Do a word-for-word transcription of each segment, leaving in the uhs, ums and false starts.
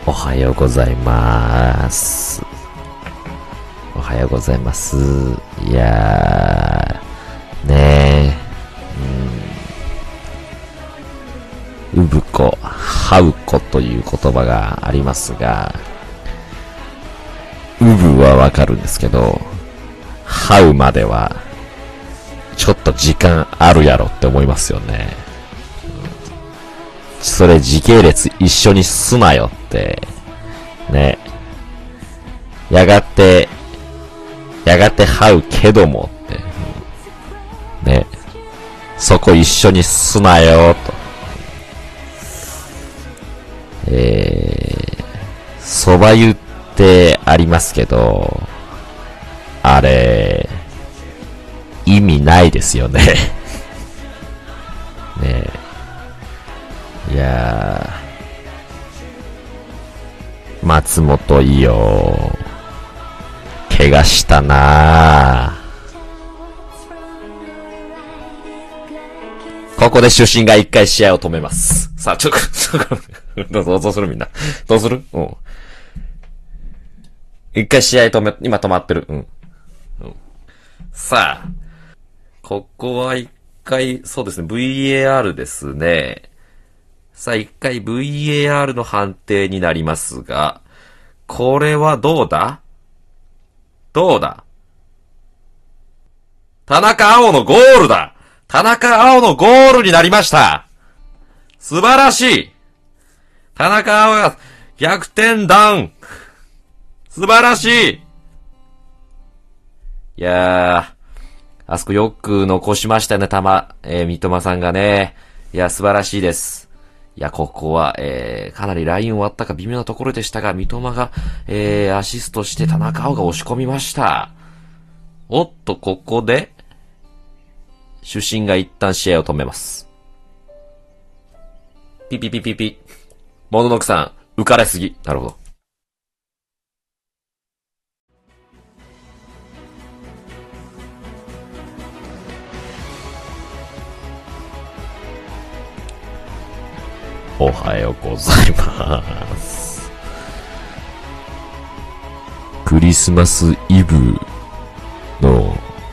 おはようございます。おはようございます。いやー、ねー、うん、うぶこ、はうこという言葉がありますが、うぶはわかるんですけど、はうまでは、ちょっと時間あるやろって思いますよね。うん、それ時系列一緒にすなよって、ね。やがて、やがて這うけどもって、うん、ね。そこ一緒にすなよと。えー、蕎麦湯ってありますけど、あれ、意味ないですよね。ねえ。いやー、松本伊代、怪我したなぁ。ここで主審が一回試合を止めます。さあ、ちょっと、どうぞ、どうするみんな。どうするうん。一回試合止め、今止まってる。うん。うん、さあ、ここは一回、そうですね、ブイエーアール ですね。さあ、一回 ブイエーアール の判定になりますが、これはどうだどうだ田中碧のゴールだ田中碧のゴールになりました素晴らしい田中碧が逆転ダウン素晴らしいいやー、あそこよく残しましたね、たま、えー、三笘さんがね。いや、素晴らしいです。いや、ここは、えー、かなりラインを割ったか微妙なところでしたが、三笘が、えー、アシストして田中碧が押し込みました。おっと、ここで、主審が一旦試合を止めます。ピピピピピ。モノノクさん、浮かれすぎ。なるほど。おはようございます。クリスマスイブの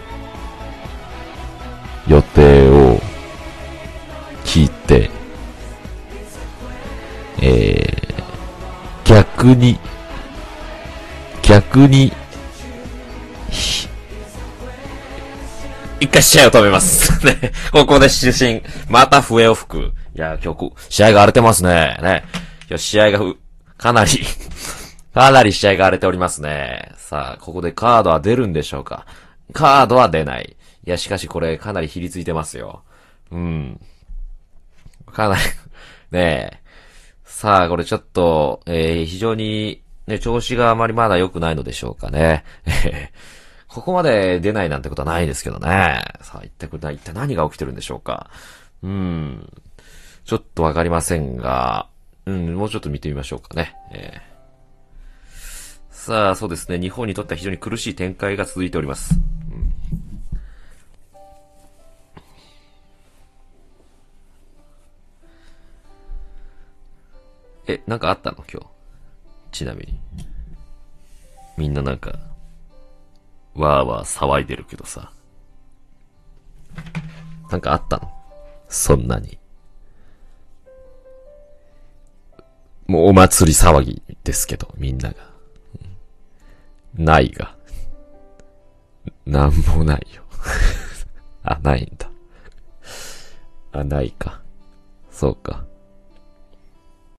予定を聞いて、えー、逆に、逆に、一回試合を止めます。ね。ここで主審、また笛を吹く。いや、今日、試合が荒れてますね。ね。今日試合がふ、かなり、かなり試合が荒れておりますね。さあ、ここでカードは出るんでしょうか。カードは出ない。いや、しかしこれかなりひりついてますよ。うん。かなり、ねえ。さあ、これちょっと、えー、非常に、ね、調子があまりまだ良くないのでしょうかね。ここまで出ないなんてことはないですけどね。さあ、一体これ、一体何が起きてるんでしょうか。うん。ちょっとわかりませんが、うん、もうちょっと見てみましょうかね。えー、さあ、そうですね。日本にとっては非常に苦しい展開が続いております。うん、え、なんかあったの今日。ちなみに。みんななんか、わーわー騒いでるけどさ。なんかあったのそんなに。もうお祭り騒ぎですけど、みんなが。うん、ないが。なんもないよ。あ、ないんだ。あ、ないか。そうか。